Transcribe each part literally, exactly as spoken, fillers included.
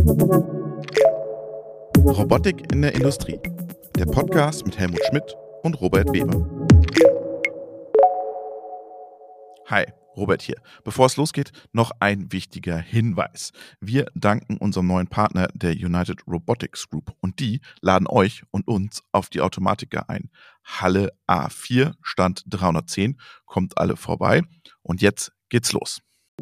Robotik in der Industrie. Der Podcast mit Helmut Schmidt und Robert Weber. Hi, Robert hier. Bevor es losgeht, noch ein wichtiger Hinweis. Wir danken unserem neuen Partner, der United Robotics Group, und die laden euch und uns auf die Automatica ein. Halle A vier, Stand dreihundertzehn, kommt alle vorbei und jetzt geht's los.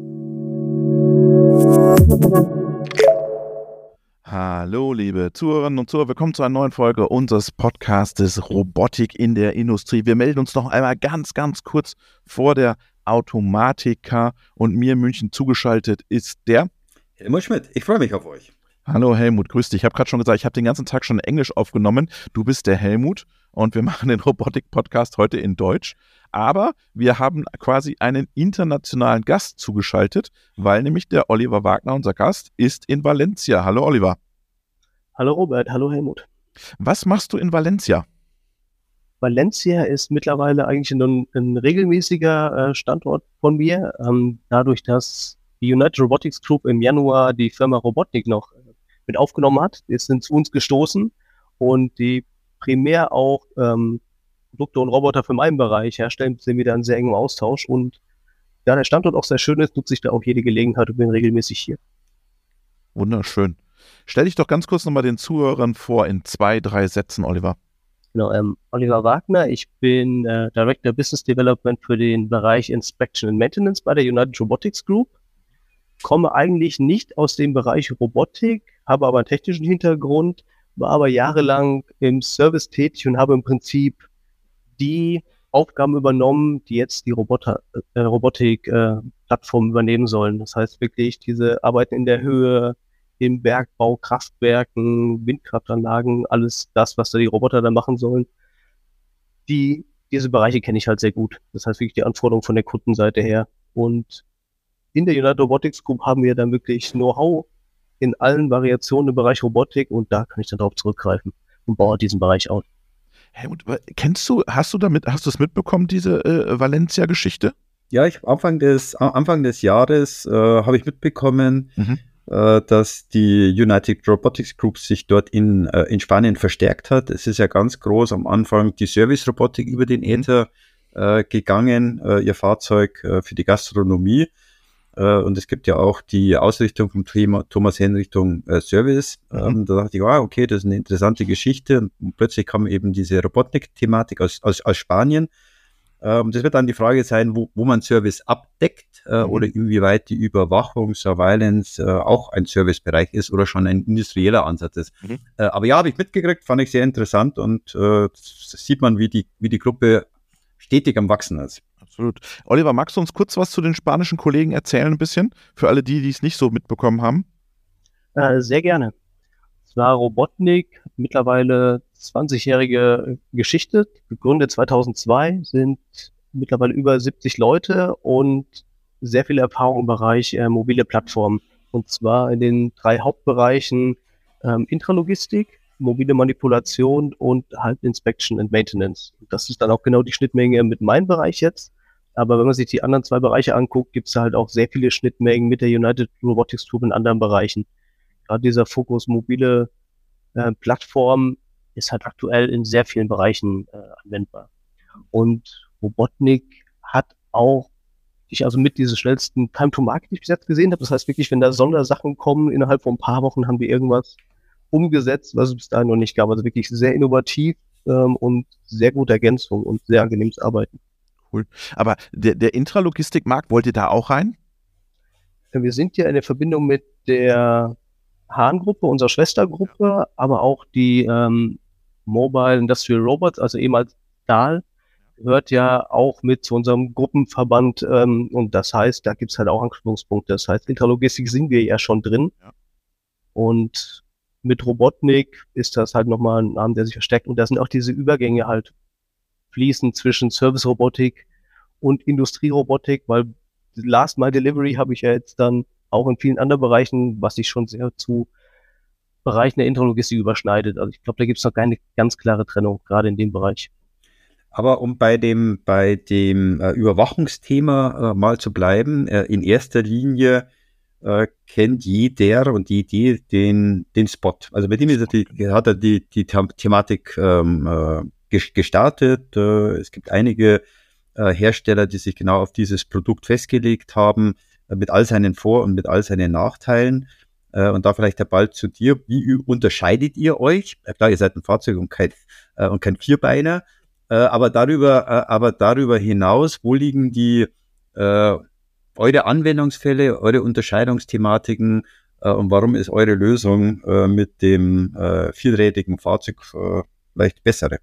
Hallo liebe Zuhörerinnen und Zuhörer, willkommen zu einer neuen Folge unseres Podcastes Robotik in der Industrie. Wir melden uns noch einmal ganz, ganz kurz vor der Automatica und mir in München zugeschaltet ist der Helmut Schmidt. Ich freue mich auf euch. Hallo Helmut, grüß dich. Ich habe gerade schon gesagt, ich habe den ganzen Tag schon Englisch aufgenommen. Du bist der Helmut und wir machen den Robotik-Podcast heute in Deutsch. Aber wir haben quasi einen internationalen Gast zugeschaltet, weil nämlich der Oliver Wagner, unser Gast, ist in Valencia. Hallo Oliver. Hallo Robert, hallo Helmut. Was machst du in Valencia? Valencia ist mittlerweile eigentlich ein, ein regelmäßiger äh, Standort von mir. Ähm, dadurch, dass die United Robotics Group im Januar die Firma Robotnik noch äh, mit aufgenommen hat, ist sind zu uns gestoßen und die primär auch ähm, Produkte und Roboter für meinen Bereich herstellen, sind wir da in sehr engem Austausch. Und da der Standort auch sehr schön ist, nutze ich da auch jede Gelegenheit und bin regelmäßig hier. Wunderschön. Stell dich doch ganz kurz nochmal den Zuhörern vor in zwei, drei Sätzen, Oliver. Genau, ähm, Oliver Wagner, ich bin äh, Director Business Development für den Bereich Inspection and Maintenance bei der United Robotics Group. Komme eigentlich nicht aus dem Bereich Robotik, habe aber einen technischen Hintergrund, war aber jahrelang im Service tätig und habe im Prinzip die Aufgaben übernommen, die jetzt die Roboter, äh, Robotik-Plattformen äh, übernehmen sollen. Das heißt wirklich diese Arbeiten in der Höhe, im Bergbau, Kraftwerken, Windkraftanlagen, alles das, was da die Roboter da machen sollen. Die, diese Bereiche kenne ich halt sehr gut. Das heißt wirklich die Anforderungen von der Kundenseite her. Und in der United Robotics Group haben wir dann wirklich Know-how in allen Variationen im Bereich Robotik und da kann ich dann darauf zurückgreifen und baue diesen Bereich aus. Helmut, kennst du, hast du damit, hast du es mitbekommen, diese äh, Valencia-Geschichte? Ja, ich Anfang des Anfang des Jahres äh, habe ich mitbekommen, mhm. äh, dass die United Robotics Group sich dort in äh, in Spanien verstärkt hat. Es ist ja ganz groß am Anfang die Service-Robotik über den Äther mhm. äh, gegangen, äh, ihr Fahrzeug äh, für die Gastronomie. Uh, und es gibt ja auch die Ausrichtung vom Thema Thomas in Richtung äh, Service. Mhm. Ähm, da dachte ich, ah, okay, das ist eine interessante Geschichte. Und plötzlich kam eben diese Robotnik-Thematik aus, aus, aus Spanien. Ähm, das wird dann die Frage sein, wo, wo man Service abdeckt äh, mhm. oder inwieweit die Überwachung, Surveillance äh, auch ein Servicebereich ist oder schon ein industrieller Ansatz ist. Mhm. Äh, aber ja, habe ich mitgekriegt, fand ich sehr interessant und äh, sieht man, wie die, wie die Gruppe stetig am Wachsen ist. Absolut. Oliver, magst du uns kurz was zu den spanischen Kollegen erzählen, ein bisschen? Für alle die, die es nicht so mitbekommen haben. Äh, sehr gerne. Es war Robotnik, mittlerweile zwanzigjährige Geschichte, gegründet zweitausendzwei, sind mittlerweile über siebzig Leute und sehr viel Erfahrung im Bereich äh, mobile Plattformen. Und zwar in den drei Hauptbereichen ähm, Intralogistik, mobile Manipulation und halt Inspection and Maintenance. Das ist dann auch genau die Schnittmenge mit meinem Bereich jetzt. Aber wenn man sich die anderen zwei Bereiche anguckt, gibt es halt auch sehr viele Schnittmengen mit der United Robotics Group in anderen Bereichen. Gerade dieser Fokus mobile äh, Plattform ist halt aktuell in sehr vielen Bereichen äh, anwendbar. Und Robotnik hat auch, ich also mit diese schnellsten Time to Market, die ich bis jetzt gesehen habe. Das heißt wirklich, wenn da Sondersachen kommen, innerhalb von ein paar Wochen haben wir irgendwas umgesetzt, was es bis dahin noch nicht gab. Also wirklich sehr innovativ ähm, und sehr gute Ergänzung und sehr angenehmes Arbeiten. Cool. Aber der, der Intralogistikmarkt, wollt ihr da auch rein? Wir sind ja in der Verbindung mit der Hahn-Gruppe, unserer Schwestergruppe, aber auch die ähm, Mobile Industrial Robots, also ehemals D A L, gehört ja auch mit zu unserem Gruppenverband ähm, und das heißt, da gibt es halt auch Anknüpfungspunkte. Das heißt, Intralogistik sind wir ja schon drin ja. Und mit Robotnik ist das halt nochmal ein Arm, der sich verstärkt. Und da sind auch diese Übergänge halt fließend zwischen Service-Robotik und Industrierobotik, weil Last Mile Delivery habe ich ja jetzt dann auch in vielen anderen Bereichen, was sich schon sehr zu Bereichen der Intralogistik überschneidet. Also ich glaube, da gibt es noch keine ganz klare Trennung, gerade in dem Bereich. Aber um bei dem, bei dem äh, Überwachungsthema äh, mal zu bleiben, äh, in erster Linie äh, kennt jeder und die Idee den, den Spot. Also bei dem ist er die, hat er die, die Thematik ähm, äh, gestartet. Äh, es gibt einige äh, Hersteller, die sich genau auf dieses Produkt festgelegt haben, äh, mit all seinen Vor- und mit all seinen Nachteilen. Äh, und da vielleicht der Ball zu dir. Wie unterscheidet ihr euch? Ja, klar, ihr seid ein Fahrzeug und kein, äh, und kein Vierbeiner. Äh, aber darüber, äh, aber darüber hinaus, wo liegen die äh, eure Anwendungsfälle, eure Unterscheidungsthematiken äh, und warum ist eure Lösung äh, mit dem äh, vierrädigen Fahrzeug äh, vielleicht bessere?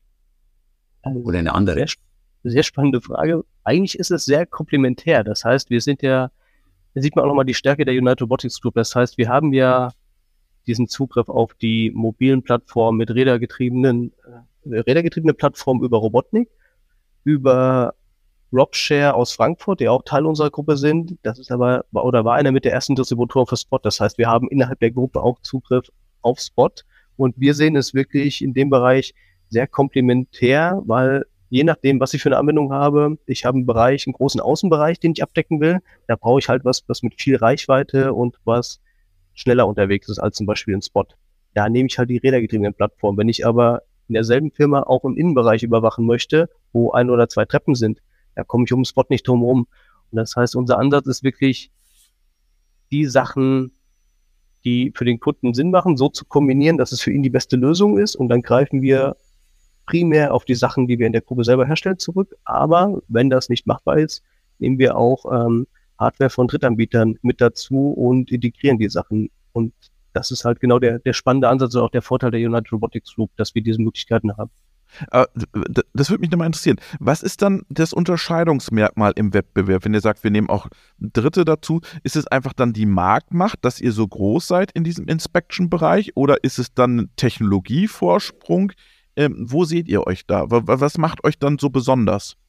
Also oder eine andere? Sehr, sehr spannende Frage. Eigentlich ist es sehr komplementär. Das heißt, wir sind ja, da sieht man auch nochmal die Stärke der United Robotics Group. Das heißt, wir haben ja diesen Zugriff auf die mobilen Plattformen mit rädergetriebenen, äh, rädergetriebene Plattformen über Robotnik, über Robshare aus Frankfurt, die auch Teil unserer Gruppe sind. Das ist aber, oder war einer mit der ersten Distributoren für Spot. Das heißt, wir haben innerhalb der Gruppe auch Zugriff auf Spot. Und wir sehen es wirklich in dem Bereich sehr komplementär, weil je nachdem, was ich für eine Anwendung habe, ich habe einen Bereich, einen großen Außenbereich, den ich abdecken will. Da brauche ich halt was, was mit viel Reichweite und was schneller unterwegs ist als zum Beispiel ein Spot. Da nehme ich halt die rädergetriebenen Plattformen. Wenn ich aber in derselben Firma auch im Innenbereich überwachen möchte, wo ein oder zwei Treppen sind, da komme ich um den Spot nicht drum rum. Und das heißt, unser Ansatz ist wirklich, die Sachen, die für den Kunden Sinn machen, so zu kombinieren, dass es für ihn die beste Lösung ist. Und dann greifen wir primär auf die Sachen, die wir in der Gruppe selber herstellen, zurück. Aber wenn das nicht machbar ist, nehmen wir auch ähm, Hardware von Drittanbietern mit dazu und integrieren die Sachen. Und das ist halt genau der, der spannende Ansatz und auch der Vorteil der United Robotics Group, dass wir diese Möglichkeiten haben. Das würde mich nochmal interessieren. Was ist dann das Unterscheidungsmerkmal im Wettbewerb? Wenn ihr sagt, wir nehmen auch Dritte dazu, ist es einfach dann die Marktmacht, dass ihr so groß seid in diesem Inspection-Bereich, oder ist es dann Technologievorsprung? Ähm, wo seht ihr euch da? Was macht euch dann so besonders?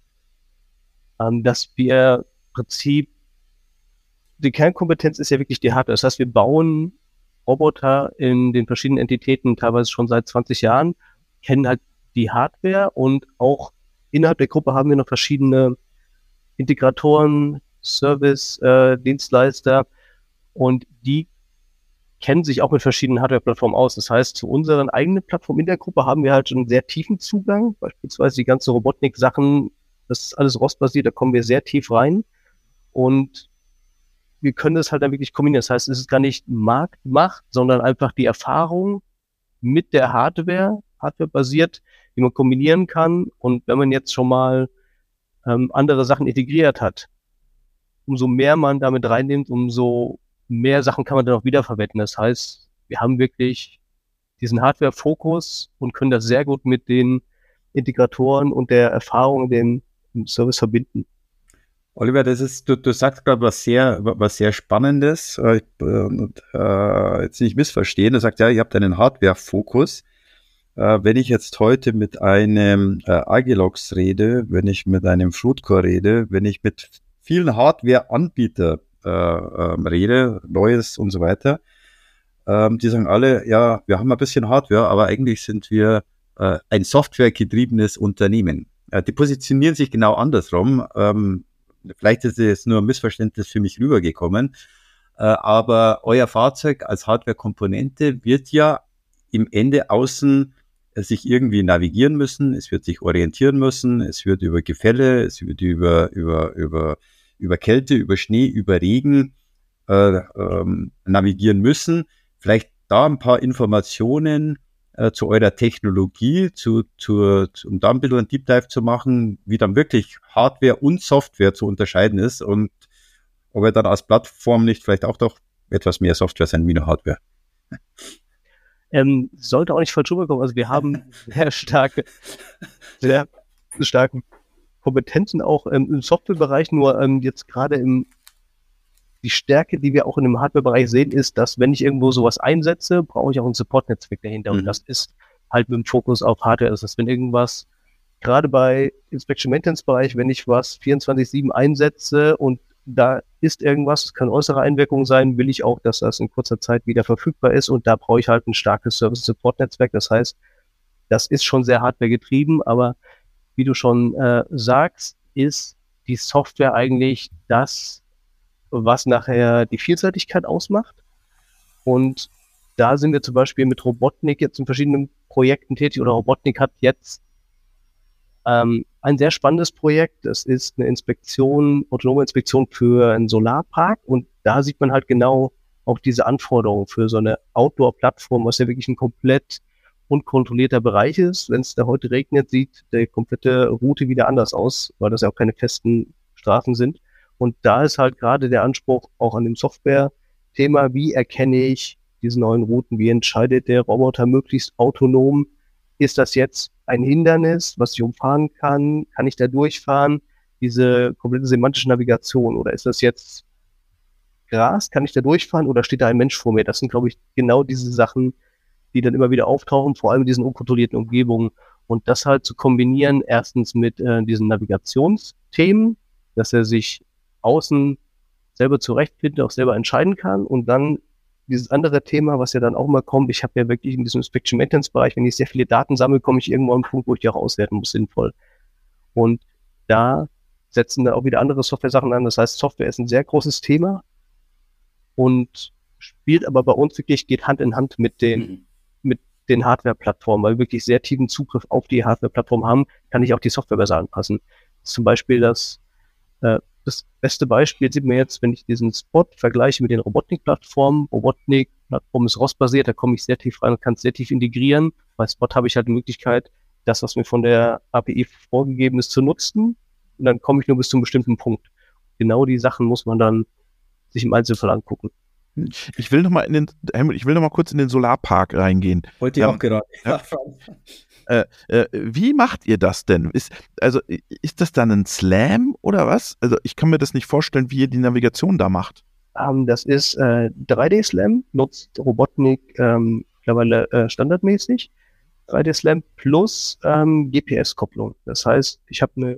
Ähm, dass wir im Prinzip, die Kernkompetenz ist ja wirklich die Hardware. Das heißt, wir bauen Roboter in den verschiedenen Entitäten teilweise schon seit zwanzig Jahren, kennen halt die Hardware, und auch innerhalb der Gruppe haben wir noch verschiedene Integratoren, Service, äh, Dienstleister, und die kennen sich auch mit verschiedenen Hardware-Plattformen aus. Das heißt, zu unseren eigenen Plattformen in der Gruppe haben wir halt schon einen sehr tiefen Zugang, beispielsweise die ganze Robotnik-Sachen, das ist alles rostbasiert, da kommen wir sehr tief rein, und wir können das halt dann wirklich kombinieren. Das heißt, es ist gar nicht Marktmacht, sondern einfach die Erfahrung mit der Hardware, Hardware-basiert, die man kombinieren kann. Und wenn man jetzt schon mal ähm, andere Sachen integriert hat, umso mehr man damit reinnimmt, umso mehr Sachen kann man dann auch wiederverwenden. Das heißt, wir haben wirklich diesen Hardware-Fokus und können das sehr gut mit den Integratoren und der Erfahrung im Service verbinden. Oliver, das ist, du, du sagst gerade was sehr, was sehr Spannendes. Äh, und, äh, jetzt nicht missverstehen. Du sagst, ja, ihr habt einen Hardware-Fokus. Äh, wenn ich jetzt heute mit einem äh, Agilox rede, wenn ich mit einem Fruitcore rede, wenn ich mit vielen Hardware-Anbietern äh, äh, rede, Neues und so weiter, äh, die sagen alle, ja, wir haben ein bisschen Hardware, aber eigentlich sind wir äh, ein softwaregetriebenes Unternehmen. Äh, die positionieren sich genau andersrum. Ähm, Vielleicht ist es nur ein Missverständnis für mich rübergekommen, äh, aber euer Fahrzeug als Hardware-Komponente wird ja im Ende außen äh, sich irgendwie navigieren müssen, es wird sich orientieren müssen, es wird über Gefälle, es wird über, über, über, über Kälte, über Schnee, über Regen äh, ähm, navigieren müssen. Vielleicht da ein paar Informationen äh, zu eurer Technologie, zu, zu, um da ein bisschen einen Deep Dive zu machen, wie dann wirklich Hardware und Software zu unterscheiden ist und ob er dann als Plattform nicht vielleicht auch doch etwas mehr Software sein wie nur Hardware. Ähm, sollte auch nicht falsch rüberkommen. Also wir haben sehr starke, sehr starke Kompetenzen auch ähm, im Softwarebereich, nur ähm, jetzt gerade im die Stärke, die wir auch in dem Hardware-Bereich sehen, ist, dass wenn ich irgendwo sowas einsetze, brauche ich auch ein Support-Netzwerk dahinter. Mhm. Und das ist halt mit dem Fokus auf Hardware. Das heißt, wenn irgendwas, gerade bei Inspection-Maintenance-Bereich, wenn ich was vierundzwanzig sieben einsetze und da ist irgendwas, es kann äußere Einwirkung sein, will ich auch, dass das in kurzer Zeit wieder verfügbar ist. Und da brauche ich halt ein starkes Service-Support-Netzwerk. Das heißt, das ist schon sehr Hardware-getrieben, aber wie du schon äh, sagst, ist die Software eigentlich das was nachher die Vielseitigkeit ausmacht. Und da sind wir zum Beispiel mit Robotnik jetzt in verschiedenen Projekten tätig, oder Robotnik hat jetzt ähm, ein sehr spannendes Projekt. Das ist eine Inspektion, autonome Inspektion für einen Solarpark, und da sieht man halt genau auch diese Anforderungen für so eine Outdoor-Plattform, was ja wirklich ein komplett unkontrollierter Bereich ist. Wenn es da heute regnet, sieht die komplette Route wieder anders aus, weil das ja auch keine festen Straßen sind. Und da ist halt gerade der Anspruch auch an dem Software-Thema, wie erkenne ich diese neuen Routen, wie entscheidet der Roboter möglichst autonom, ist das jetzt ein Hindernis, was ich umfahren kann, kann ich da durchfahren, diese komplette semantische Navigation, oder ist das jetzt Gras, kann ich da durchfahren oder steht da ein Mensch vor mir? Das sind, glaube ich, genau diese Sachen, die dann immer wieder auftauchen, vor allem in diesen unkontrollierten Umgebungen. Und das halt zu kombinieren, erstens mit äh, diesen Navigationsthemen, dass er sich außen selber zurechtfindet, auch selber entscheiden kann, und dann dieses andere Thema, was ja dann auch mal kommt, ich habe ja wirklich in diesem Inspection Maintenance Bereich, wenn ich sehr viele Daten sammle, komme ich irgendwo an einen Punkt, wo ich die auch auswerten muss, sinnvoll. Und da setzen dann auch wieder andere Software-Sachen an. Das heißt, Software ist ein sehr großes Thema und spielt aber bei uns wirklich, geht Hand in Hand mit den, mhm. mit den Hardware-Plattformen, weil wir wirklich sehr tiefen Zugriff auf die Hardware-Plattform haben, kann ich auch die Software besser anpassen. Zum Beispiel das, äh, das beste Beispiel sieht man jetzt, wenn ich diesen Spot vergleiche mit den Robotnik-Plattformen. Robotnik-Plattform ist R O S-basiert, da komme ich sehr tief rein und kann es sehr tief integrieren. Bei Spot habe ich halt die Möglichkeit, das, was mir von der A P I vorgegeben ist, zu nutzen. Und dann komme ich nur bis zu einem bestimmten Punkt. Genau die Sachen muss man dann sich im Einzelfall angucken. Ich will noch mal in den, Helmut, ich will noch mal kurz in den Solarpark reingehen. Wollte ich ähm, auch gerade. Ja. Äh, äh, wie macht ihr das denn? Ist, also, ist das dann ein Slam oder was? Also ich kann mir das nicht vorstellen, wie ihr die Navigation da macht. Um, das ist äh, drei D Slam, nutzt Robotnik ähm, mittlerweile äh, standardmäßig. drei D Slam plus ähm, G P S-Kopplung. Das heißt, ich habe eine,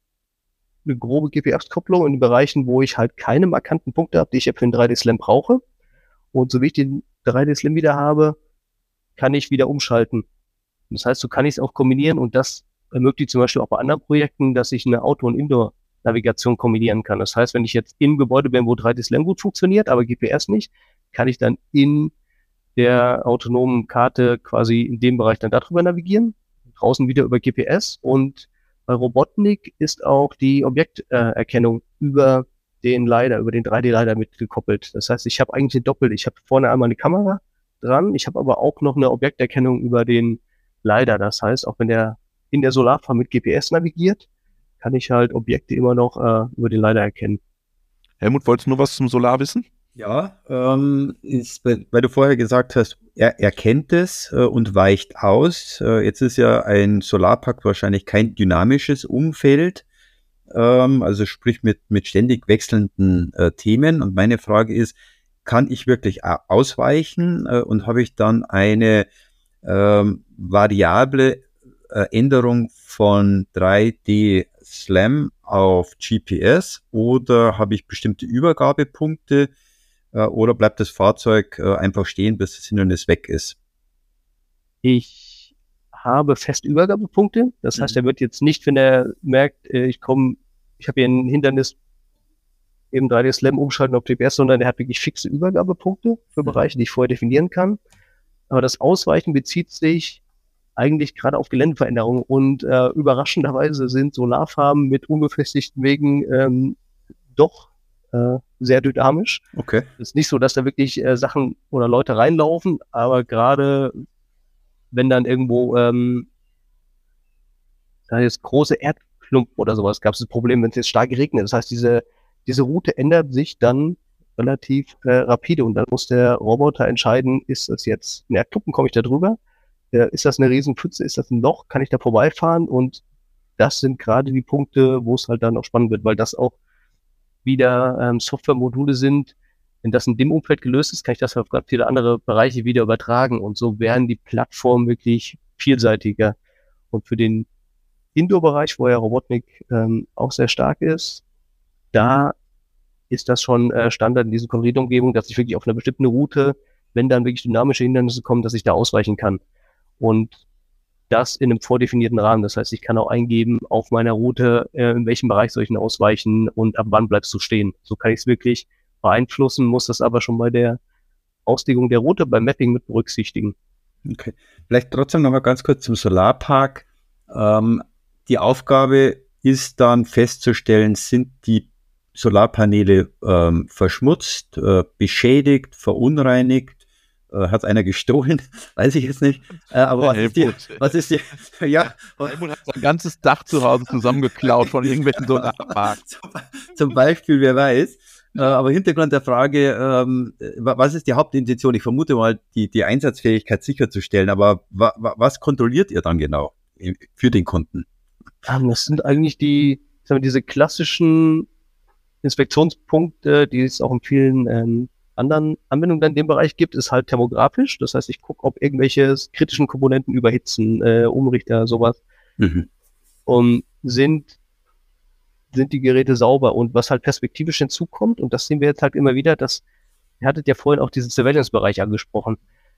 eine grobe G P S-Kopplung in den Bereichen, wo ich halt keine markanten Punkte habe, die ich ja für den drei D Slam brauche. Und so wie ich den drei D Slam wieder habe, kann ich wieder umschalten. Das heißt, so kann ich es auch kombinieren, und das ermöglicht zum Beispiel auch bei anderen Projekten, dass ich eine Auto- und Indoor-Navigation kombinieren kann. Das heißt, wenn ich jetzt im Gebäude bin, wo drei D Slam gut funktioniert, aber G P S nicht, kann ich dann in der autonomen Karte quasi in dem Bereich dann darüber navigieren, draußen wieder über G P S, und bei Robotnik ist auch die Objekterkennung äh, über den LiDAR, über den drei D LiDAR mitgekoppelt. Das heißt, ich habe eigentlich eine Doppel, ich habe vorne einmal eine Kamera dran, ich habe aber auch noch eine Objekterkennung über den LiDAR. Das heißt, auch wenn der in der Solarfarm mit G P S navigiert, kann ich halt Objekte immer noch äh, über den LiDAR erkennen. Helmut, wolltest du nur was zum Solar wissen? Ja, ähm, ist, weil du vorher gesagt hast, er, er kennt es äh, und weicht aus. Äh, jetzt ist ja ein Solarpark wahrscheinlich kein dynamisches Umfeld, ähm, also sprich mit, mit ständig wechselnden äh, Themen. Und meine Frage ist, kann ich wirklich ausweichen äh, und habe ich dann eine ähm, variable äh, Änderung von drei D Slam auf G P S, oder habe ich bestimmte Übergabepunkte, äh, oder bleibt das Fahrzeug äh, einfach stehen, bis das Hindernis weg ist? Ich habe fest Übergabepunkte. Das mhm. heißt, er wird jetzt nicht, wenn er merkt, äh, ich komme, ich habe hier ein Hindernis im drei D Slam umschalten auf G P S, sondern er hat wirklich fixe Übergabepunkte für Bereiche, die ich vorher definieren kann. Aber das Ausweichen bezieht sich eigentlich gerade auf Geländeveränderungen, und äh, überraschenderweise sind Solarfarmen mit unbefestigten Wegen ähm, doch äh, sehr dynamisch. Okay. Es ist nicht so, dass da wirklich äh, Sachen oder Leute reinlaufen, aber gerade wenn dann irgendwo ähm, da jetzt große Erdklumpen oder sowas, gab es das Problem, wenn es jetzt stark regnet. Das heißt, diese, diese Route ändert sich dann relativ äh, rapide, und dann muss der Roboter entscheiden, ist das jetzt ein Erdklumpen, komme ich da drüber? Äh, ist das eine Riesenpfütze? Ist das ein Loch? Kann ich da vorbeifahren? Und das sind gerade die Punkte, wo es halt dann auch spannend wird, weil das auch wieder ähm, Softwaremodule sind. Wenn das in dem Umfeld gelöst ist, kann ich das auf ganz viele andere Bereiche wieder übertragen, und so werden die Plattformen wirklich vielseitiger. Und für den Indoor-Bereich, wo ja Robotnik ähm, auch sehr stark ist, da ist das schon äh, Standard in diesen Korridorumgebungen, dass ich wirklich auf einer bestimmten Route, wenn dann wirklich dynamische Hindernisse kommen, dass ich da ausweichen kann. Und das in einem vordefinierten Rahmen. Das heißt, ich kann auch eingeben auf meiner Route, äh, in welchem Bereich soll ich denn ausweichen und ab wann bleibst du stehen. So kann ich es wirklich beeinflussen, muss das aber schon bei der Auslegung der Route, beim Mapping mit berücksichtigen. Okay. Vielleicht trotzdem noch mal ganz kurz zum Solarpark. Ähm, die Aufgabe ist dann festzustellen, sind die Solarpaneele ähm, verschmutzt, äh, beschädigt, verunreinigt, äh, hat einer gestohlen, weiß ich jetzt nicht. Äh, aber was ist, die, was ist die, ja. Helmut hat sein ganzes Dach zu Hause zusammengeklaut von irgendwelchen Solarparks. zum, zum Beispiel, wer weiß. Äh, aber Hintergrund der Frage, ähm, was ist die Hauptintention? Ich vermute mal, die, die Einsatzfähigkeit sicherzustellen, aber wa, wa, was kontrolliert ihr dann genau für den Kunden? Das sind eigentlich die, sagen wir, diese klassischen Inspektionspunkte, die es auch in vielen ähm, anderen Anwendungen in dem Bereich gibt, ist halt thermografisch. Das heißt, ich gucke, ob irgendwelche kritischen Komponenten überhitzen, äh, Umrichter, sowas. Mhm. Und sind sind die Geräte sauber. Und was halt perspektivisch hinzukommt, und das sehen wir jetzt halt immer wieder, dass, ihr hattet ja vorhin auch diesen Surveillance-Bereich angesprochen,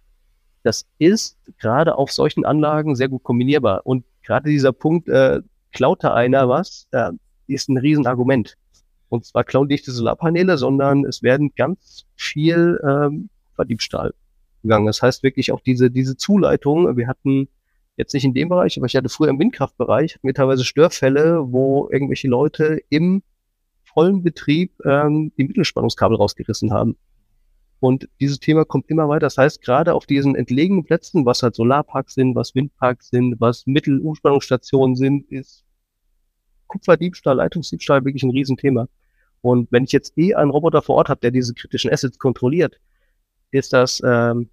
das ist gerade auf solchen Anlagen sehr gut kombinierbar. Und gerade dieser Punkt, äh, klaut da einer was, äh, ist ein Riesenargument. Und zwar klauen nicht die Solarpaneele, sondern es werden ganz viel ähm, Verdiebstahl gegangen. Das heißt wirklich auch diese diese Zuleitung, wir hatten jetzt nicht in dem Bereich, aber ich hatte früher im Windkraftbereich, hatten wir teilweise Störfälle, wo irgendwelche Leute im vollen Betrieb ähm, die Mittelspannungskabel rausgerissen haben. Und dieses Thema kommt immer weiter. Das heißt, gerade auf diesen entlegenen Plätzen, was halt Solarparks sind, was Windparks sind, was Mittelumspannungsstationen sind, ist Kupferdiebstahl, Leitungsdiebstahl wirklich ein Riesenthema. Und wenn ich jetzt eh einen Roboter vor Ort habe, der diese kritischen Assets kontrolliert, ist das, ähm,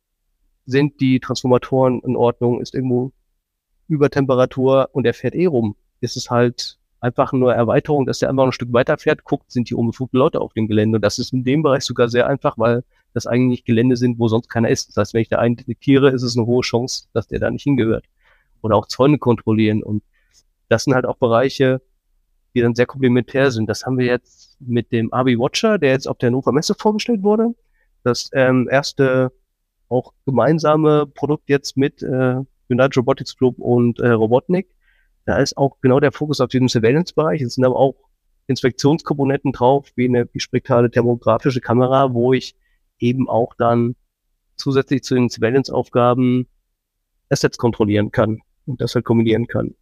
sind die Transformatoren in Ordnung, ist irgendwo Übertemperatur und er fährt eh rum. Ist es halt einfach nur Erweiterung, dass der einfach ein Stück weiter fährt, guckt, sind die unbefugten Leute auf dem Gelände. Und das ist in dem Bereich sogar sehr einfach, weil das eigentlich Gelände sind, wo sonst keiner ist. Das heißt, wenn ich da einen detektiere, ist es eine hohe Chance, dass der da nicht hingehört. Oder auch Zäune kontrollieren. Und das sind halt auch Bereiche, die dann sehr komplementär sind. Das haben wir jetzt mit dem Arby Watcher, der jetzt auf der Hannover Messe vorgestellt wurde. Das ähm, erste auch gemeinsame Produkt jetzt mit äh, United Robotics Group und äh, Robotnik. Da ist auch genau der Fokus auf diesem Surveillance-Bereich. Es sind aber auch Inspektionskomponenten drauf, wie eine bispektrale thermografische Kamera, wo ich eben auch dann zusätzlich zu den Surveillance-Aufgaben Assets kontrollieren kann und das halt kombinieren kann.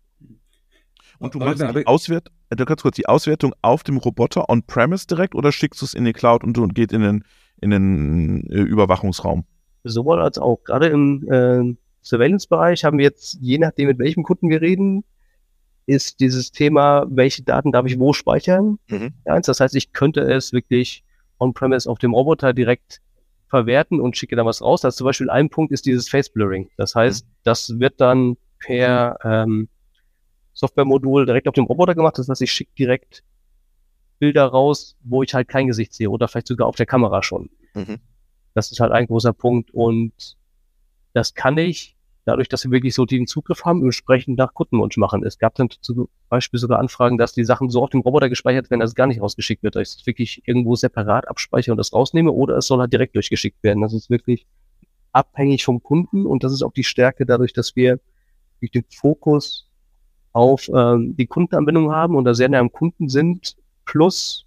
Und du machst die Auswert, äh, ganz kurz, die Auswertung auf dem Roboter on-premise direkt oder schickst du es in die Cloud und, und geht in den, in den äh, Überwachungsraum? Sowohl als auch. Gerade im äh, Surveillance-Bereich haben wir jetzt, je nachdem mit welchem Kunden wir reden, ist dieses Thema, welche Daten darf ich wo speichern? Mhm. Ja, das heißt, ich könnte es wirklich on-premise auf dem Roboter direkt verwerten und schicke dann was raus. Also zum Beispiel ein Punkt ist dieses Face-Blurring. Das heißt, mhm. das wird dann per ähm, Softwaremodul direkt auf dem Roboter gemacht. Das heißt, ich schicke direkt Bilder raus, wo ich halt kein Gesicht sehe oder vielleicht sogar auf der Kamera schon. Mhm. Das ist halt ein großer Punkt und das kann ich, dadurch, dass wir wirklich so den Zugriff haben, entsprechend nach Kundenwunsch machen. Es gab dann zum Beispiel sogar Anfragen, dass die Sachen so auf dem Roboter gespeichert werden, dass es gar nicht rausgeschickt wird, dass ich es wirklich irgendwo separat abspeichere und das rausnehme oder es soll halt direkt durchgeschickt werden. Das ist wirklich abhängig vom Kunden und das ist auch die Stärke dadurch, dass wir durch den Fokus auf ähm, die Kundenanbindung haben und da sehr nah am Kunden sind, plus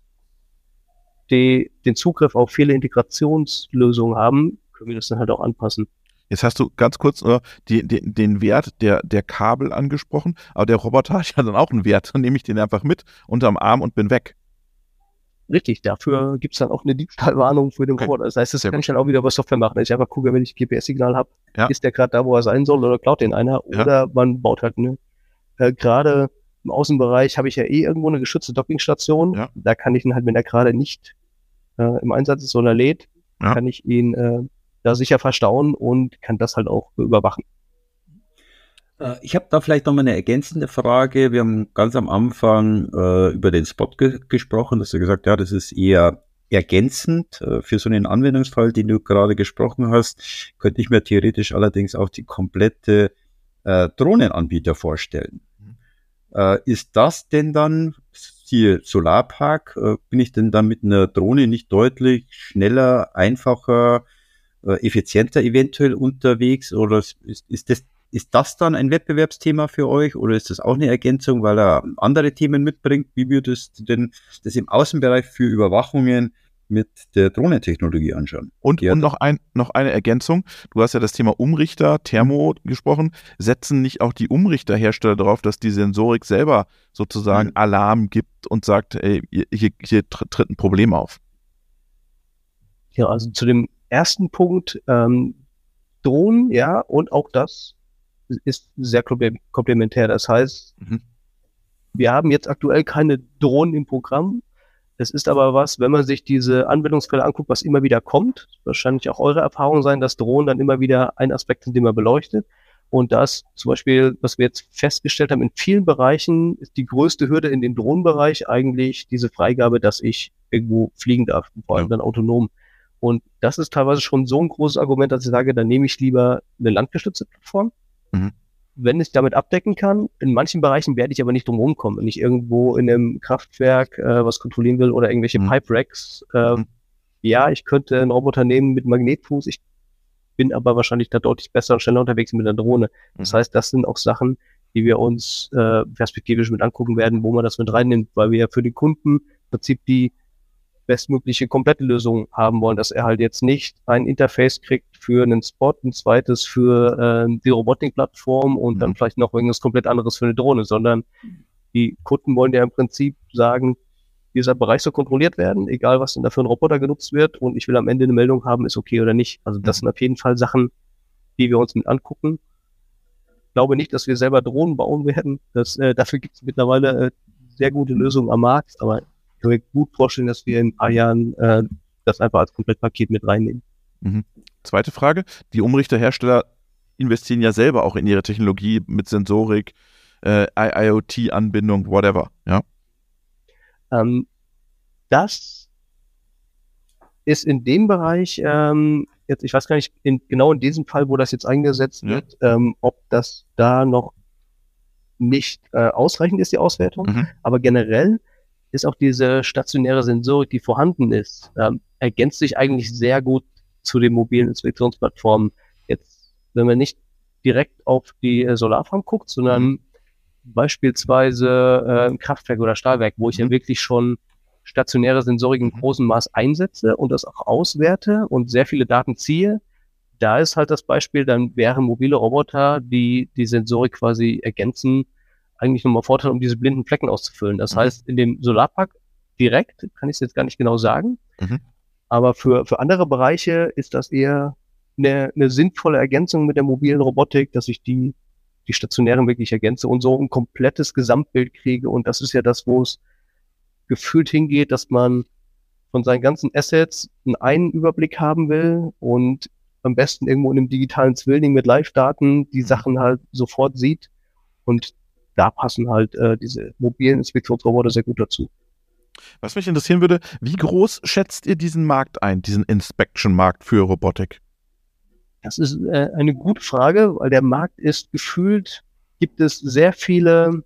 die, den Zugriff auf viele Integrationslösungen haben, können wir das dann halt auch anpassen. Jetzt hast du ganz kurz äh, die, die, den Wert der, der Kabel angesprochen, aber der Roboter hat ja dann auch einen Wert. Dann nehme ich den einfach mit unterm Arm und bin weg. Richtig, dafür gibt es dann auch eine Diebstahlwarnung für den okay. Roboter. Das heißt, das Sehr kann gut. ich dann auch wieder über Software machen. Dass ich einfach gucke, wenn ich ein G P S-Signal habe, ja. ist der gerade da, wo er sein soll oder klaut den einer. Ja. Oder man baut halt eine, äh, gerade im Außenbereich habe ich ja eh irgendwo eine geschützte Dockingstation. Ja. Da kann ich ihn halt, wenn er gerade nicht äh, im Einsatz ist oder lädt, ja. kann ich ihn äh, da sicher verstauen und kann das halt auch überwachen. Ich habe da vielleicht noch mal eine ergänzende Frage. Wir haben ganz am Anfang äh, über den Spot ge- gesprochen, dass du gesagt hast, ja, das ist eher ergänzend äh, für so einen Anwendungsfall, den du gerade gesprochen hast. Könnte ich mir theoretisch allerdings auch die komplette äh, Drohnenanbieter vorstellen. Mhm. Äh, ist das denn dann, die Solarpark, äh, bin ich denn dann mit einer Drohne nicht deutlich schneller, einfacher, äh, effizienter eventuell unterwegs oder ist, ist das ist das dann ein Wettbewerbsthema für euch oder ist das auch eine Ergänzung, weil er andere Themen mitbringt? Wie würdest du denn das im Außenbereich für Überwachungen mit der Drohnentechnologie anschauen? Und, und noch, ein, noch eine Ergänzung. Du hast ja das Thema Umrichter, Thermo gesprochen. Setzen nicht auch die Umrichterhersteller darauf, dass die Sensorik selber sozusagen mhm. Alarm gibt und sagt, ey, hier, hier tritt ein Problem auf? Ja, also zu dem ersten Punkt, ähm, Drohnen, ja, und auch das ist sehr komplementär. Das heißt, mhm. wir haben jetzt aktuell keine Drohnen im Programm. Es ist aber was, wenn man sich diese Anwendungsfälle anguckt, was immer wieder kommt, wahrscheinlich auch eure Erfahrung sein, dass Drohnen dann immer wieder ein Aspekt sind, den man beleuchtet. Und das zum Beispiel, was wir jetzt festgestellt haben, in vielen Bereichen ist die größte Hürde in dem Drohnenbereich eigentlich diese Freigabe, dass ich irgendwo fliegen darf, vor allem ja. dann autonom. Und das ist teilweise schon so ein großes Argument, dass ich sage, dann nehme ich lieber eine landgestützte Plattform. Mhm. Wenn ich damit abdecken kann, in manchen Bereichen werde ich aber nicht drum rumkommen. Wenn ich irgendwo in einem Kraftwerk äh, was kontrollieren will oder irgendwelche mhm. Pipe-Racks, äh, mhm. ja, ich könnte einen Roboter nehmen mit Magnetfuß, ich bin aber wahrscheinlich da deutlich besser und schneller unterwegs mit einer Drohne. Mhm. Das heißt, das sind auch Sachen, die wir uns äh, perspektivisch mit angucken werden, wo man das mit reinnimmt, weil wir ja für den Kunden im Prinzip die bestmögliche komplette Lösung haben wollen, dass er halt jetzt nicht ein Interface kriegt für einen Spot, ein zweites für äh, die Robotik-Plattform und mhm. dann vielleicht noch irgendwas komplett anderes für eine Drohne, sondern die Kunden wollen ja im Prinzip sagen, dieser Bereich soll kontrolliert werden, egal was denn da für ein Roboter genutzt wird und ich will am Ende eine Meldung haben, ist okay oder nicht. Also das mhm. sind auf jeden Fall Sachen, die wir uns mit angucken. Ich glaube nicht, dass wir selber Drohnen bauen werden. Das, äh, dafür gibt es mittlerweile äh, sehr gute Lösungen am Markt, aber ich kann mir gut vorstellen, dass wir in ein paar Jahren äh, das einfach als Komplettpaket mit reinnehmen. Mhm. Zweite Frage. Die Umrichterhersteller investieren ja selber auch in ihre Technologie mit Sensorik, äh, I O T-Anbindung, whatever. Ja? Ähm, das ist in dem Bereich, ähm, jetzt ich weiß gar nicht, in, genau in diesem Fall, wo das jetzt eingesetzt ja. wird, ähm, ob das da noch nicht äh, ausreichend ist, die Auswertung. Mhm. Aber generell ist auch diese stationäre Sensorik, die vorhanden ist, ähm, ergänzt sich eigentlich sehr gut zu den mobilen Inspektionsplattformen. Jetzt, wenn man nicht direkt auf die äh, Solarfarm guckt, sondern mhm. beispielsweise äh, ein Kraftwerk oder Stahlwerk, wo ich mhm. ja wirklich schon stationäre Sensorik in großem Maß einsetze und das auch auswerte und sehr viele Daten ziehe, da ist halt das Beispiel, dann wären mobile Roboter, die die Sensorik quasi ergänzen, eigentlich nochmal Vorteil, um diese blinden Flecken auszufüllen. Das mhm. heißt, in dem Solarpark direkt, kann ich es jetzt gar nicht genau sagen, mhm. aber für, für andere Bereiche ist das eher eine, eine sinnvolle Ergänzung mit der mobilen Robotik, dass ich die, die stationären wirklich ergänze und so ein komplettes Gesamtbild kriege. Und das ist ja das, wo es gefühlt hingeht, dass man von seinen ganzen Assets einen Überblick haben will und am besten irgendwo in einem digitalen Zwilling mit Live-Daten die Sachen halt sofort sieht. Und da passen halt äh, diese mobilen Inspektionsroboter sehr gut dazu. Was mich interessieren würde, wie groß schätzt ihr diesen Markt ein, diesen Inspection-Markt für Robotik? Das ist äh, eine gute Frage, weil der Markt ist gefühlt, gibt es sehr viele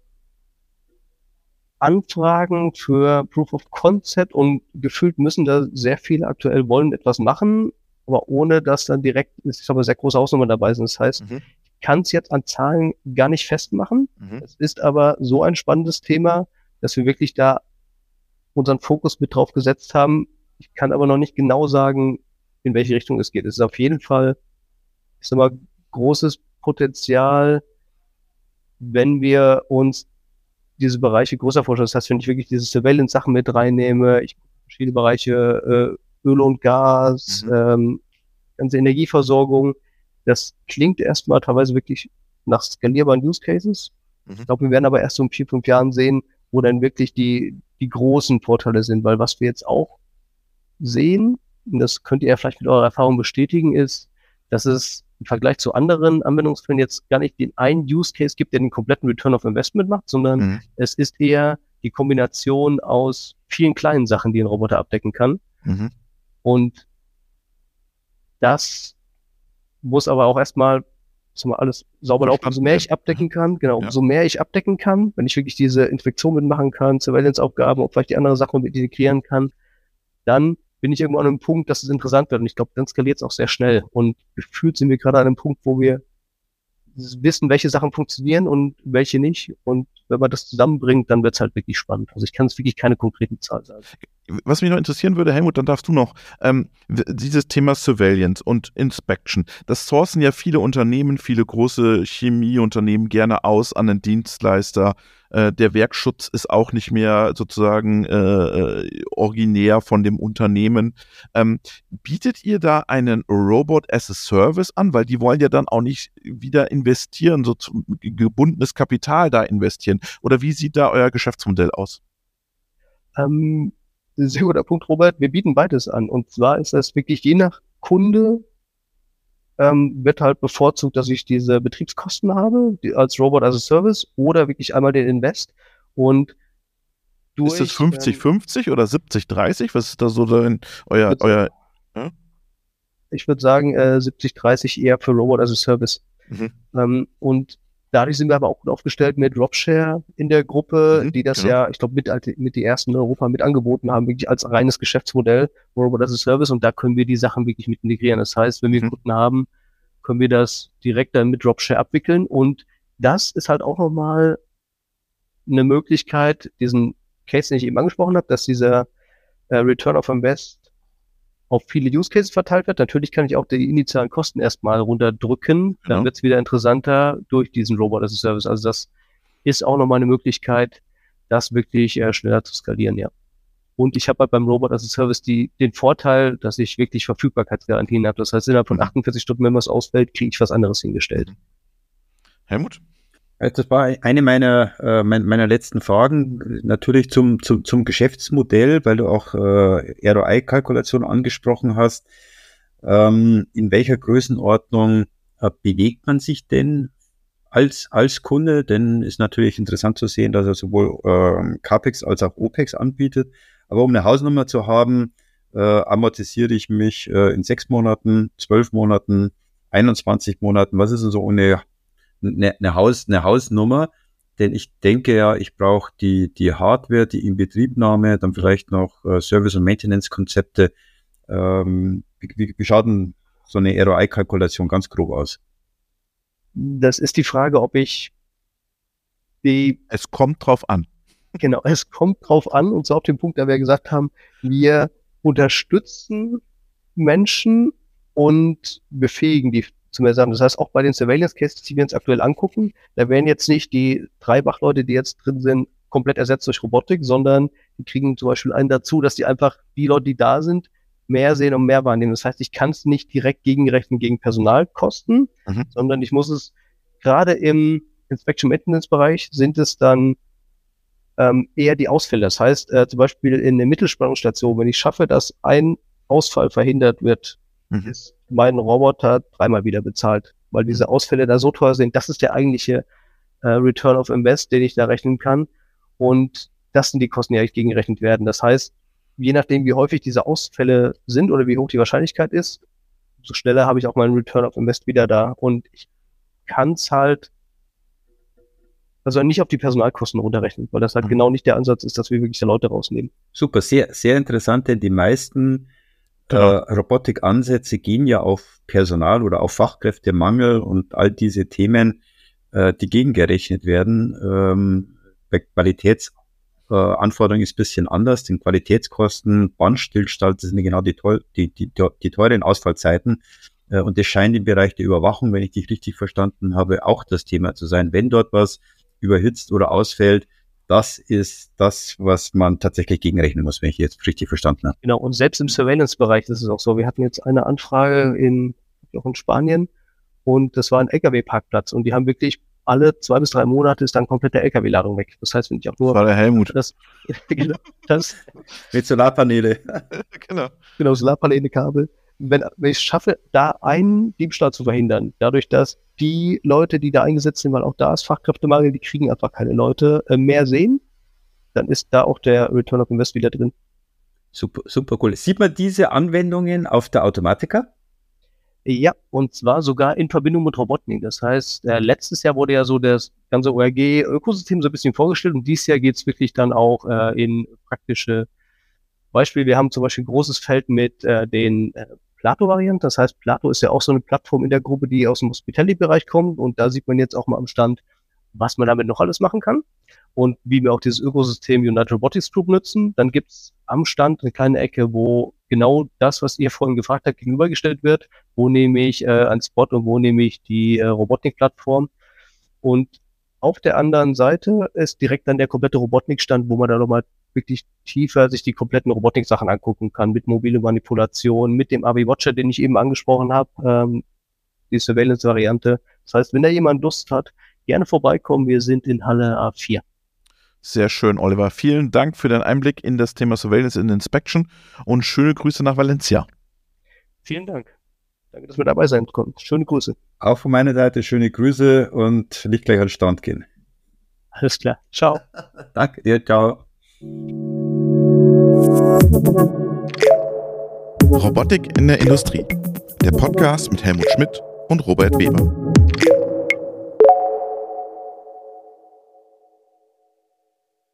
Anfragen für Proof of Concept und gefühlt müssen da sehr viele aktuell wollen etwas machen, aber ohne dass dann direkt, ich sag mal, sehr große Hausnummern dabei sind. Das heißt, mhm. ich kann es jetzt an Zahlen gar nicht festmachen. Mhm. Es ist aber so ein spannendes Thema, dass wir wirklich da unseren Fokus mit drauf gesetzt haben. Ich kann aber noch nicht genau sagen, in welche Richtung es geht. Es ist auf jeden Fall, ich sag mal, großes Potenzial, wenn wir uns diese Bereiche größer vorstellen. Das heißt, wenn ich wirklich diese Surveillance-Sachen mit reinnehme, ich verschiedene Bereiche, äh, Öl und Gas, mhm. ähm, ganze Energieversorgung, das klingt erstmal teilweise wirklich nach skalierbaren Use Cases. Mhm. Ich glaube, wir werden aber erst so in vier, fünf Jahren sehen, wo dann wirklich die, die großen Vorteile sind, weil was wir jetzt auch sehen, und das könnt ihr ja vielleicht mit eurer Erfahrung bestätigen, ist, dass es im Vergleich zu anderen Anwendungsfällen jetzt gar nicht den einen Use Case gibt, der den kompletten Return of Investment macht, sondern mhm. es ist eher die Kombination aus vielen kleinen Sachen, die ein Roboter abdecken kann. Mhm. Und das muss aber auch erstmal, sagen wir, alles sauber laufen. Umso mehr ich abdecken kann, genau, umso ja. mehr ich abdecken kann, wenn ich wirklich diese Inspektion mitmachen kann, Surveillance-Aufgaben und vielleicht die andere Sachen mit integrieren kann, dann bin ich irgendwo an einem Punkt, dass es interessant wird. Und ich glaube, dann skaliert es auch sehr schnell. Und gefühlt sind wir gerade an einem Punkt, wo wir wissen, welche Sachen funktionieren und welche nicht. Und wenn man das zusammenbringt, dann wird es halt wirklich spannend. Also ich kann es wirklich keine konkreten Zahlen sagen. Was mich noch interessieren würde, Helmut, dann darfst du noch, ähm, dieses Thema Surveillance und Inspection, das sourcen ja viele Unternehmen, viele große Chemieunternehmen gerne aus an den Dienstleister. Äh, der Werkschutz ist auch nicht mehr sozusagen äh, originär von dem Unternehmen. Ähm, bietet ihr da einen Robot as a Service an? Weil die wollen ja dann auch nicht wieder investieren, so zu, gebundenes Kapital da investieren. Oder wie sieht da euer Geschäftsmodell aus? Ähm, Sehr guter Punkt, Robert. Wir bieten beides an. Und zwar ist das wirklich je nach Kunde ähm, wird halt bevorzugt, dass ich diese Betriebskosten habe, die, als Robot as a Service oder wirklich einmal den Invest. Und durch, ist es fünfzig fünfzig ähm, oder siebzig dreißig? Was ist da so dein, euer, ich euer, ja? Ich würde sagen äh, siebzig dreißig eher für Robot as a Service. Mhm. Ähm, und dadurch sind wir aber auch gut aufgestellt mit Dropshare in der Gruppe, mhm, die das genau. ja, ich glaube, mit, mit die ersten in Europa mit angeboten haben, wirklich als reines Geschäftsmodell, Robot as a Service, und da können wir die Sachen wirklich mit integrieren. Das heißt, wenn wir mhm. Kunden haben, können wir das direkt dann mit Dropshare abwickeln, und das ist halt auch nochmal eine Möglichkeit, diesen Case, den ich eben angesprochen habe, dass dieser äh, Return of Invest auf viele Use Cases verteilt wird. Natürlich kann ich auch die initialen Kosten erstmal runterdrücken. Dann genau. wird es wieder interessanter durch diesen Robot as a Service. Also das ist auch nochmal eine Möglichkeit, das wirklich äh, schneller zu skalieren, ja. Und ich habe halt beim Robot as a Service die, den Vorteil, dass ich wirklich Verfügbarkeitsgarantien habe. Das heißt, innerhalb von achtundvierzig Stunden, wenn was ausfällt, kriege ich was anderes hingestellt. Helmut? Das war eine meiner, äh, meiner letzten Fragen, natürlich zum, zum, zum Geschäftsmodell, weil du auch äh, R O I-Kalkulation angesprochen hast. Ähm, in welcher Größenordnung äh, bewegt man sich denn als, als Kunde? Denn ist natürlich interessant zu sehen, dass er sowohl äh, CAPEX als auch OPEX anbietet. Aber um eine Hausnummer zu haben, äh, amortisiere ich mich äh, in sechs Monaten, zwölf Monaten, einundzwanzig Monaten. Was ist denn so eine Eine, eine, Haus, eine Hausnummer, denn ich denke ja, ich brauche die, die Hardware, die Inbetriebnahme, dann vielleicht noch äh, Service- und Maintenance-Konzepte. Ähm, wie, wie schaut denn so eine R O I-Kalkulation ganz grob aus? Das ist die Frage, ob ich die... Es kommt drauf an. Genau, es kommt drauf an, und zwar auf den Punkt, da wir gesagt haben, wir unterstützen Menschen und befähigen die zum Ersagen. Das heißt, auch bei den Surveillance-Cases, die wir uns aktuell angucken, da werden jetzt nicht die drei Wachleute, die jetzt drin sind, komplett ersetzt durch Robotik, sondern die kriegen zum Beispiel einen dazu, dass die einfach die Leute, die da sind, mehr sehen und mehr wahrnehmen. Das heißt, ich kann es nicht direkt gegenrechnen gegen Personalkosten, mhm. sondern ich muss es gerade im Inspection-Maintenance-Bereich sind es dann ähm, eher die Ausfälle. Das heißt, äh, zum Beispiel in der Mittelspannungsstation, wenn ich schaffe, dass ein Ausfall verhindert wird, mhm. ist mein Roboter dreimal wieder bezahlt, weil diese Ausfälle da so teuer sind. Das ist der eigentliche äh, Return of Invest, den ich da rechnen kann. Und das sind die Kosten, die eigentlich gegengerechnet werden. Das heißt, je nachdem, wie häufig diese Ausfälle sind oder wie hoch die Wahrscheinlichkeit ist, so schneller habe ich auch meinen Return of Invest wieder da. Und ich kann es halt also nicht auf die Personalkosten runterrechnen, weil das halt mhm. genau nicht der Ansatz ist, dass wir wirklich die Leute rausnehmen. Super, sehr, sehr interessant, denn die meisten Genau. Äh, Robotikansätze gehen ja auf Personal oder auf Fachkräftemangel und all diese Themen, äh, die gegengerechnet werden. Ähm, bei Qualitätsanforderungen äh, ist ein bisschen anders, denn Qualitätskosten, Bandstillstand, das sind genau die, teuer, die, die, die teuren Ausfallzeiten. Äh, und das scheint im Bereich der Überwachung, wenn ich dich richtig verstanden habe, auch das Thema zu sein. Wenn dort was überhitzt oder ausfällt, das ist das, was man tatsächlich gegenrechnen muss, wenn ich jetzt richtig verstanden habe. Genau, und selbst im Surveillance-Bereich ist es auch so. Wir hatten jetzt eine Anfrage in, auch in Spanien, und das war ein L K W-Parkplatz, und die haben wirklich alle zwei bis drei Monate ist dann komplette L K W-Ladung weg. Das heißt, wenn ich auch nur... Das war der Helmut. Das, das, Mit Solarpaneele. genau. Genau, Solarpaneele, Kabel. Wenn, wenn ich es schaffe, da einen Diebstahl zu verhindern, dadurch, dass die Leute, die da eingesetzt sind, weil auch da ist Fachkräftemangel, die kriegen einfach keine Leute, äh, mehr sehen, dann ist da auch der Return of Invest wieder drin. Super, super cool. Sieht man diese Anwendungen auf der Automatica? Ja, und zwar sogar in Verbindung mit Robotnik. Das heißt, äh, letztes Jahr wurde ja so das ganze O R G-Ökosystem so ein bisschen vorgestellt, und dieses Jahr geht es wirklich dann auch äh, in praktische Beispiele. Wir haben zum Beispiel ein großes Feld mit äh, den äh, Plato-Variante. Das heißt, Plato ist ja auch so eine Plattform in der Gruppe, die aus dem Hospitality-Bereich kommt. Und da sieht man jetzt auch mal am Stand, was man damit noch alles machen kann und wie wir auch dieses Ökosystem United Robotics Group nutzen. Dann gibt es am Stand eine kleine Ecke, wo genau das, was ihr vorhin gefragt habt, gegenübergestellt wird. Wo nehme ich äh, einen Spot und wo nehme ich die äh, Robotik-Plattform? Und auf der anderen Seite ist direkt dann der komplette Robotik-Stand, wo man da nochmal wirklich tiefer sich die kompletten Robotik-Sachen angucken kann, mit mobile Manipulation, mit dem A B Watcher, den ich eben angesprochen habe, ähm, die Surveillance-Variante. Das heißt, wenn da jemand Lust hat, gerne vorbeikommen. Wir sind in Halle A vier. Sehr schön, Oliver. Vielen Dank für deinen Einblick in das Thema Surveillance and Inspection und schöne Grüße nach Valencia. Vielen Dank. Danke, dass wir dabei sein konnten. Schöne Grüße. Auch von meiner Seite schöne Grüße und nicht gleich an den Stand gehen. Alles klar. Ciao. Danke dir. Ciao. Robotik in der Industrie. Der Podcast mit Helmut Schmidt und Robert Weber.